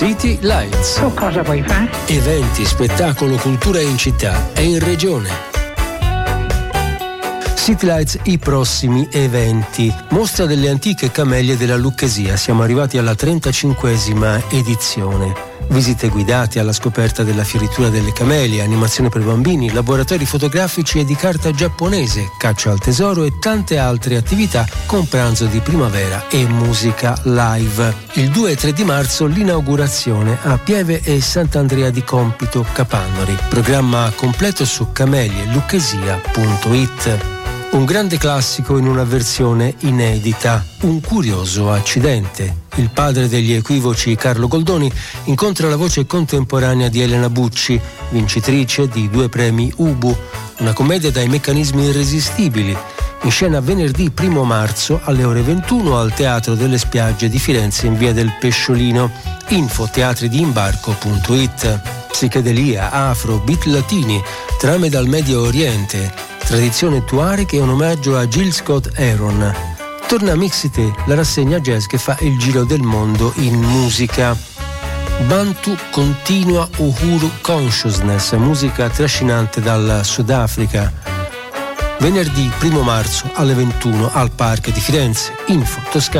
City Lights. Tu cosa vuoi fare? Eventi, spettacolo, cultura in città e in regione. City Lights, i prossimi eventi. Mostra delle antiche camellie della Lucchesia. Siamo arrivati alla 35esima edizione. Visite guidate alla scoperta della fioritura delle camelie, animazione per bambini, laboratori fotografici e di carta giapponese, caccia al tesoro e tante altre attività con pranzo di primavera e musica live. Il 2 e 3 di marzo l'inaugurazione a Pieve e Sant'Andrea di Compito, Capannori. Programma completo su camelielucchesia.it. Un grande classico in una versione inedita, un curioso accidente. Il padre degli equivoci, Carlo Goldoni, incontra la voce contemporanea di Elena Bucci, vincitrice di 2 premi Ubu, una commedia dai meccanismi irresistibili, in scena venerdì 1 marzo alle ore 21 al Teatro delle Spiagge di Firenze in via del Pesciolino. Info teatridiimbarco.it. Psichedelia, afro, beat latini, trame dal Medio Oriente, tradizione tuareg e un omaggio a Jill Scott Heron. Torna a Mixite, la rassegna jazz che fa il giro del mondo in musica. Bantu Continua Uhuru Consciousness, musica trascinante dal Sudafrica. Venerdì 1 marzo alle 21 al Park di Firenze. Info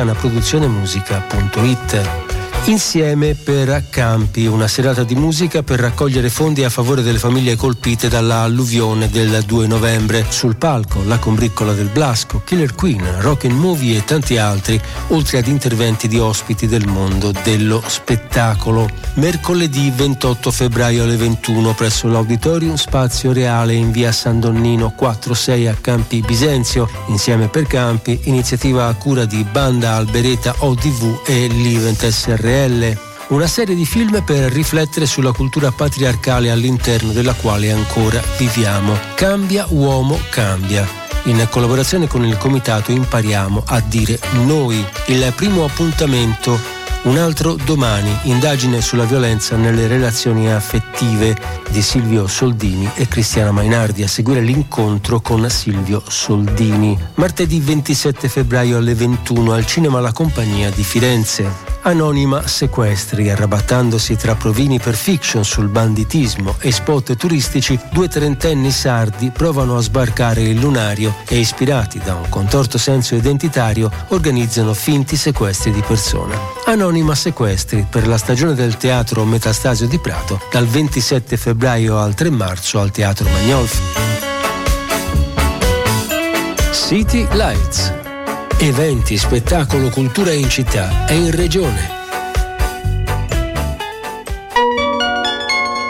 toscanaproduzionemusica.it. Insieme per Campi, una serata di musica per raccogliere fondi a favore delle famiglie colpite dalla alluvione del 2 novembre. Sul palco La Combriccola del Blasco, Killer Queen, Rock and Movie e tanti altri, oltre ad interventi di ospiti del mondo dello spettacolo. Mercoledì 28 febbraio alle 21 presso l'Auditorium Spazio Reale in via San Donnino 4-6 a Campi Bisenzio. Insieme per Campi, iniziativa a cura di Banda Albereta ODV e l'Event SRL. Una serie di film per riflettere sulla cultura patriarcale all'interno della quale ancora viviamo. Cambia uomo cambia. In collaborazione con il comitato Impariamo a dire noi. Il primo appuntamento Un altro domani, indagine sulla violenza nelle relazioni affettive di Silvio Soldini e Cristiana Mainardi, a seguire l'incontro con Silvio Soldini. Martedì 27 febbraio alle 21 al Cinema La Compagnia di Firenze. Anonima sequestri, arrabattandosi tra provini per fiction sul banditismo e spot turistici, 2 trentenni sardi provano a sbarcare il lunario e, ispirati da un contorto senso identitario, organizzano finti sequestri di persona. Anonima sequestri per la stagione del teatro Metastasio di Prato dal 27 febbraio al 3 marzo al Teatro Magnolfi. City Lights. Eventi, spettacolo, cultura in città e in regione.